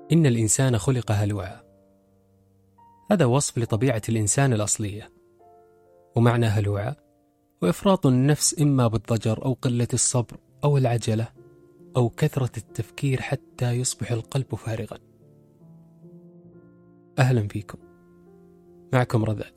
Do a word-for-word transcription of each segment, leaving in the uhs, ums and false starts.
إن الإنسان خلق هلوعا. هذا وصف لطبيعة الإنسان الأصلية، ومعنى هلوعا وإفراط النفس إما بالضجر أو قلة الصبر أو العجلة أو كثرة التفكير حتى يصبح القلب فارغا. أهلا فيكم، معكم رذاذ.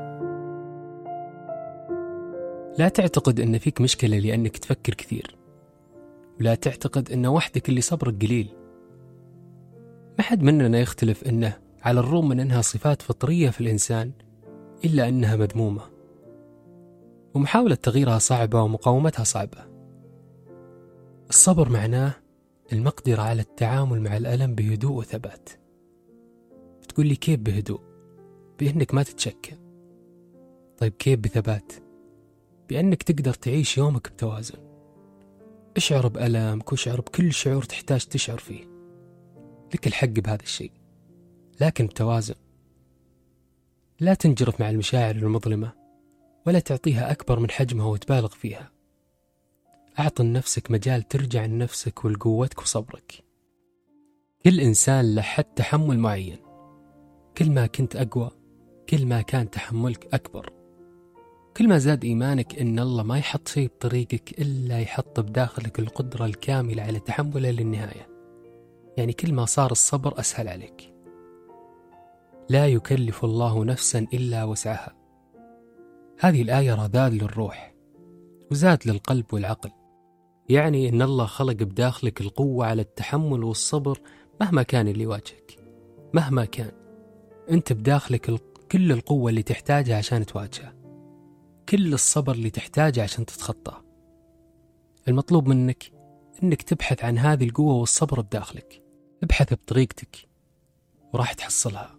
لا تعتقد أن فيك مشكلة لأنك تفكر كثير، ولا تعتقد أن وحدك اللي صبرك قليل. ما حد مننا يختلف أنه على الرغم من أنها صفات فطرية في الإنسان إلا أنها مذمومة، ومحاولة تغييرها صعبة ومقاومتها صعبة. الصبر معناه المقدرة على التعامل مع الألم بهدوء وثبات. بتقول لي كيف بهدوء؟ بأنك ما تتشكى. طيب كيف بثبات؟ بأنك تقدر تعيش يومك بتوازن. اشعر بألمك واشعر بكل شعور تحتاج تشعر فيه، لك الحق بهذا الشيء، لكن بتوازن. لا تنجرف مع المشاعر المظلمة ولا تعطيها أكبر من حجمها وتبالغ فيها. أعط لنفسك مجال ترجع لنفسك ولقوتك وصبرك. كل إنسان له حد تحمل معين، كل ما كنت أقوى كل ما كان تحملك أكبر. كل ما زاد إيمانك إن الله ما يحط شيء بطريقك إلا يحط بداخلك القدرة الكاملة على تحمله للنهاية. يعني كل ما صار الصبر أسهل عليك. لا يكلف الله نفسا إلا وسعها. هذه الآية رذاذ للروح وزاد للقلب والعقل. يعني إن الله خلق بداخلك القوة على التحمل والصبر مهما كان اللي يواجهك. مهما كان أنت بداخلك كل القوة اللي تحتاجها عشان تواجهه، كل الصبر اللي تحتاجه عشان تتخطاه. المطلوب منك إنك تبحث عن هذه القوة والصبر بداخلك. ابحث بطريقتك وراح تحصلها.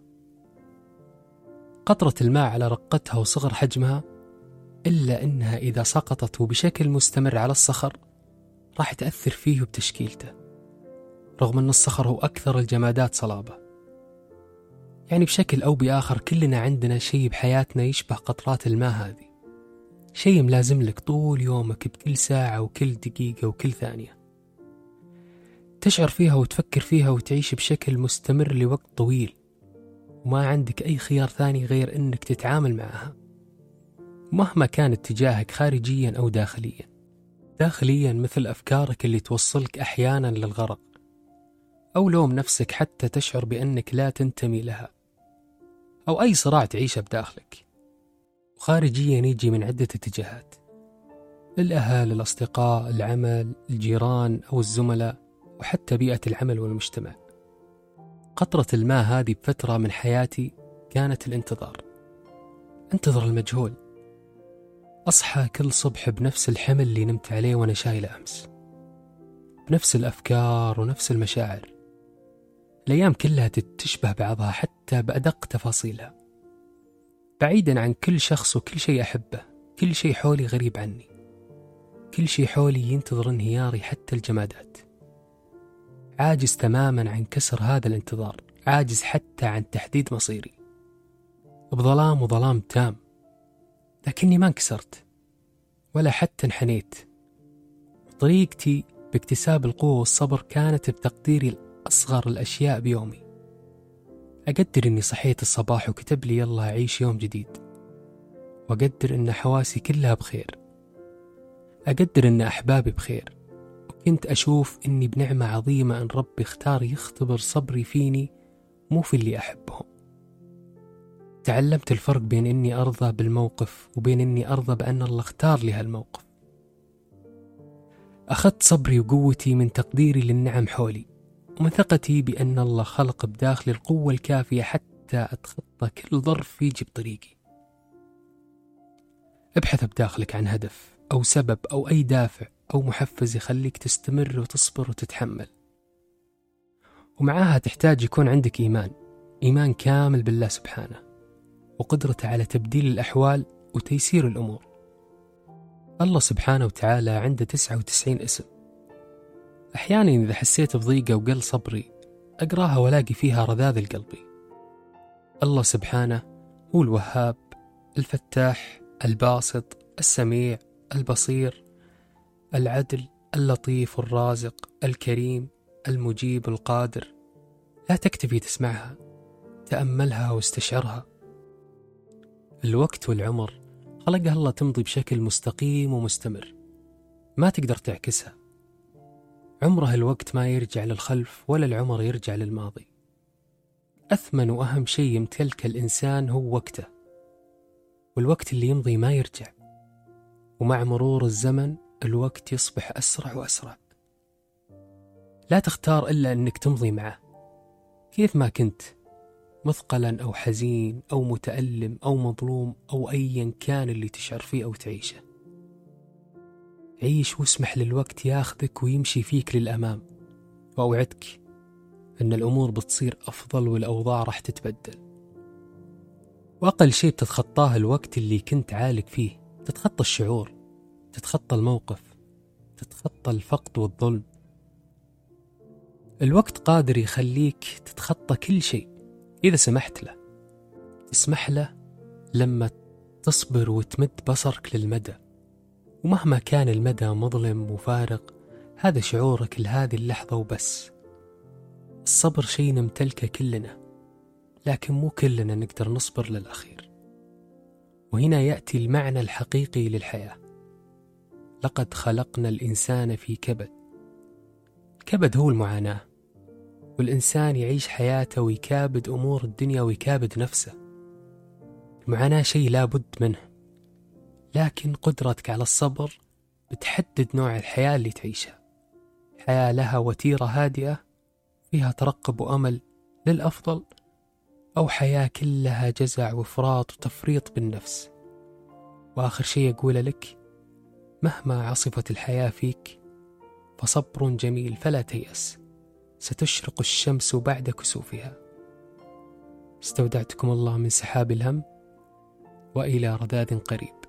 قطرة الماء على رقتها وصغر حجمها، إلا إنها إذا سقطت وبشكل مستمر على الصخر راح تأثر فيه وبتشكيلته، رغم أن الصخر هو أكثر الجمادات صلابة. يعني بشكل أو بآخر كلنا عندنا شيء بحياتنا يشبه قطرات الماء هذه، شيء ملازم لك طول يومك بكل ساعة وكل دقيقة وكل ثانية، تشعر فيها وتفكر فيها وتعيش بشكل مستمر لوقت طويل، وما عندك أي خيار ثاني غير أنك تتعامل معها مهما كان اتجاهك خارجيا أو داخليا. داخليا مثل أفكارك اللي توصلك أحيانا للغرق، أو لوم نفسك حتى تشعر بأنك لا تنتمي لها، أو أي صراع تعيشه بداخلك. وخارجيا يجي من عدة اتجاهات: الأهل، الأصدقاء، العمل، الجيران أو الزملاء، وحتى بيئة العمل والمجتمع. قطرة الماء هذه بفترة من حياتي كانت الانتظار. انتظر المجهول. أصحى كل صبح بنفس الحمل اللي نمت عليه وأنا شايله أمس، بنفس الأفكار ونفس المشاعر. الأيام كلها تتشبه بعضها حتى بأدق تفاصيلها، بعيدا عن كل شخص وكل شيء أحبه. كل شيء حولي غريب عني، كل شيء حولي ينتظر انهياري، حتى الجمادات. عاجز تماما عن كسر هذا الانتظار، عاجز حتى عن تحديد مصيري. بظلام وظلام تام، لكني ما انكسرت ولا حتى انحنيت. طريقتي باكتساب القوة والصبر كانت بتقديري أصغر الأشياء بيومي. أقدر أني صحيت الصباح وكتب لي يلا أعيش يوم جديد، وأقدر أن حواسي كلها بخير، أقدر أن أحبابي بخير، وكنت أشوف أني بنعمة عظيمة أن ربي اختار يختبر صبري فيني مو في اللي أحبهم. تعلمت الفرق بين أني أرضى بالموقف وبين أني أرضى بأن الله اختار لي هالموقف. أخذت صبري وقوتي من تقديري للنعم حولي، ومن ثقتي بأن الله خلق بداخلي القوة الكافية حتى أتخطى كل ظرف يجي بطريقي. ابحث بداخلك عن هدف أو سبب أو أي دافع أو محفز يخليك تستمر وتصبر وتتحمل. ومعاها تحتاج يكون عندك إيمان، إيمان كامل بالله سبحانه وقدرته على تبديل الأحوال وتيسير الأمور. الله سبحانه وتعالى عنده تسعة وتسعين اسم. أحيانا إذا حسيت بضيقة وقل صبري أقراها ولاقي فيها رذاذ القلبي. الله سبحانه هو الوهاب، الفتاح، الباسط، السميع، البصير، العدل، اللطيف، الرازق، الكريم، المجيب، القادر. لا تكتفي تسمعها، تأملها واستشعرها. الوقت والعمر خلقها الله تمضي بشكل مستقيم ومستمر، ما تقدر تعكسها. عمره الوقت ما يرجع للخلف ولا العمر يرجع للماضي. أثمن وأهم شيء يمتلكه الإنسان هو وقته، والوقت اللي يمضي ما يرجع، ومع مرور الزمن الوقت يصبح أسرع وأسرع. لا تختار إلا أنك تمضي معه كيف ما كنت، مثقلا أو حزين أو متألم أو مظلوم أو أيا كان اللي تشعر فيه أو تعيشه. عيش واسمح للوقت ياخذك ويمشي فيك للأمام، وأوعدك أن الأمور بتصير أفضل والأوضاع راح تتبدل. وأقل شيء بتتخطاه الوقت اللي كنت عالق فيه، تتخطى الشعور، تتخطى الموقف، تتخطى الفقد والظلم. الوقت قادر يخليك تتخطى كل شيء إذا سمحت له. تسمح له لما تصبر وتمد بصرك للمدى، ومهما كان المدى مظلم وفارغ، هذا شعورك لهذه اللحظة وبس. الصبر شيء نمتلكه كلنا، لكن مو كلنا نقدر نصبر للأخير. وهنا يأتي المعنى الحقيقي للحياة. لقد خلقنا الإنسان في كبد. الكبد هو المعاناة، والإنسان يعيش حياته ويكابد أمور الدنيا ويكابد نفسه. المعاناة شيء لا بد منه، لكن قدرتك على الصبر بتحدد نوع الحياة اللي تعيشها. حياة لها وتيرة هادئة فيها ترقب وأمل للأفضل، أو حياة كلها جزع وإفراط وتفريط بالنفس. وآخر شيء أقوله لك، مهما عصفت الحياة فيك فصبر جميل فلا تيأس، ستشرق الشمس بعد كسوفها. استودعتكم الله من سحاب الهم، وإلى رذاذ قريب.